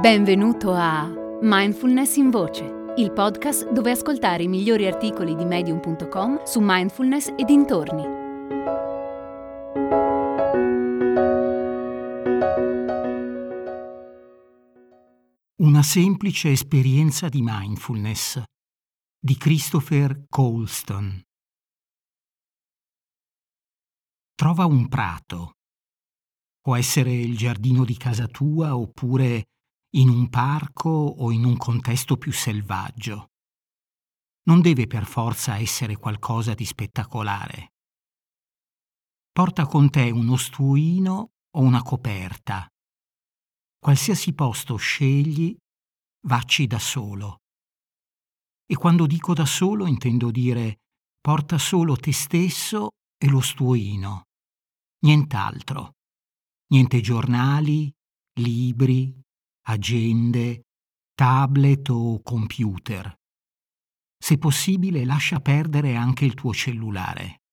Benvenuto a Mindfulness in Voce, il podcast dove ascoltare i migliori articoli di Medium.com su mindfulness e dintorni. Una semplice esperienza di mindfulness di Christopher Colston. Trova un prato. Può essere il giardino di casa tua oppure in un parco o in un contesto più selvaggio. Non deve per forza essere qualcosa di spettacolare. Porta con te uno stuoino o una coperta. Qualsiasi posto scegli, vacci da solo. E quando dico da solo intendo dire porta solo te stesso e lo stuoino. Nient'altro. Niente giornali, libri, agende, tablet o computer. Se possibile, lascia perdere anche il tuo cellulare.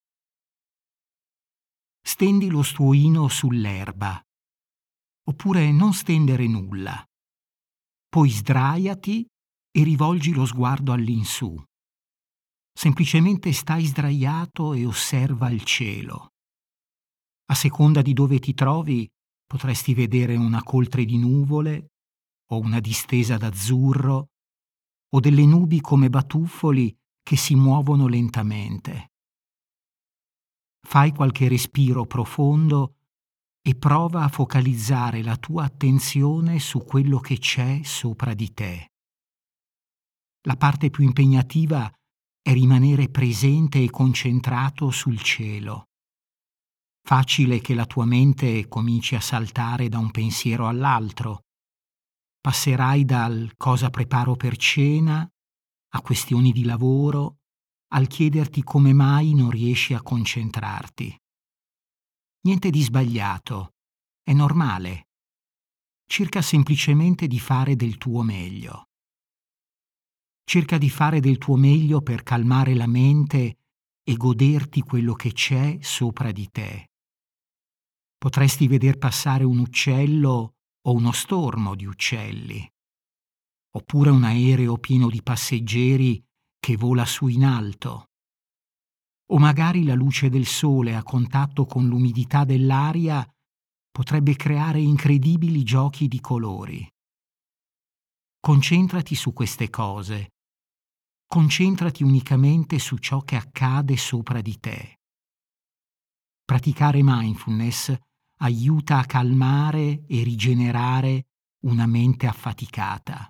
Stendi lo stuoino sull'erba, oppure non stendere nulla. Poi sdraiati e rivolgi lo sguardo all'insù. Semplicemente stai sdraiato e osserva il cielo. A seconda di dove ti trovi, potresti vedere una coltre di nuvole, o una distesa d'azzurro, o delle nubi come batuffoli che si muovono lentamente. Fai qualche respiro profondo e prova a focalizzare la tua attenzione su quello che c'è sopra di te. La parte più impegnativa è rimanere presente e concentrato sul cielo. Facile che la tua mente cominci a saltare da un pensiero all'altro. Passerai dal cosa preparo per cena a questioni di lavoro, al chiederti come mai non riesci a concentrarti. Niente di sbagliato, è normale. Cerca semplicemente di fare del tuo meglio. Cerca di fare del tuo meglio per calmare la mente e goderti quello che c'è sopra di te. Potresti veder passare un uccello o uno stormo di uccelli, oppure un aereo pieno di passeggeri che vola su in alto, o magari la luce del sole a contatto con l'umidità dell'aria potrebbe creare incredibili giochi di colori. Concentrati su queste cose. Concentrati unicamente su ciò che accade sopra di te. Praticare mindfulness aiuta a calmare e rigenerare una mente affaticata.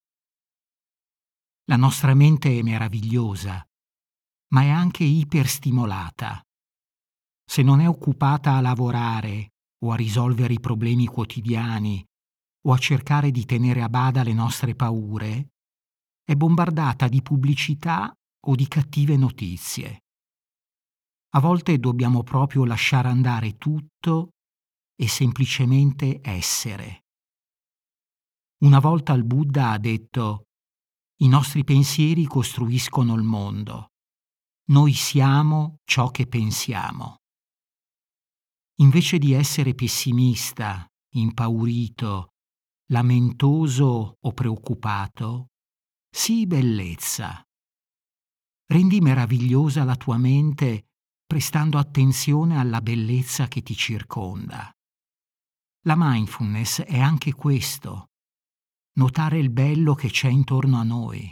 La nostra mente è meravigliosa, ma è anche iperstimolata. Se non è occupata a lavorare o a risolvere i problemi quotidiani o a cercare di tenere a bada le nostre paure, è bombardata di pubblicità o di cattive notizie. A volte dobbiamo proprio lasciare andare tutto e semplicemente essere. Una volta il Buddha ha detto: i nostri pensieri costruiscono il mondo. Noi siamo ciò che pensiamo. Invece di essere pessimista, impaurito, lamentoso o preoccupato, sii bellezza. Rendi meravigliosa la tua mente prestando attenzione alla bellezza che ti circonda. La mindfulness è anche questo, notare il bello che c'è intorno a noi.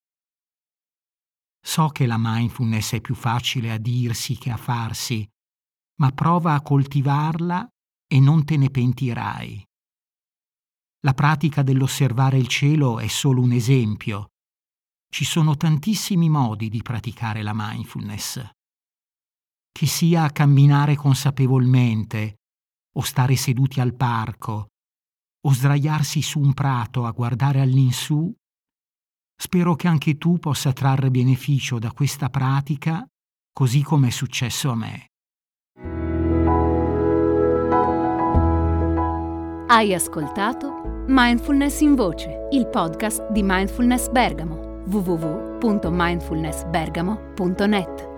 So che la mindfulness è più facile a dirsi che a farsi, ma prova a coltivarla e non te ne pentirai. La pratica dell'osservare il cielo è solo un esempio. Ci sono tantissimi modi di praticare la mindfulness. Che sia camminare consapevolmente, o stare seduti al parco, o sdraiarsi su un prato a guardare all'insù, spero che anche tu possa trarre beneficio da questa pratica, così come è successo a me. Hai ascoltato Mindfulness in Voce, il podcast di Mindfulness Bergamo, www.mindfulnessbergamo.net.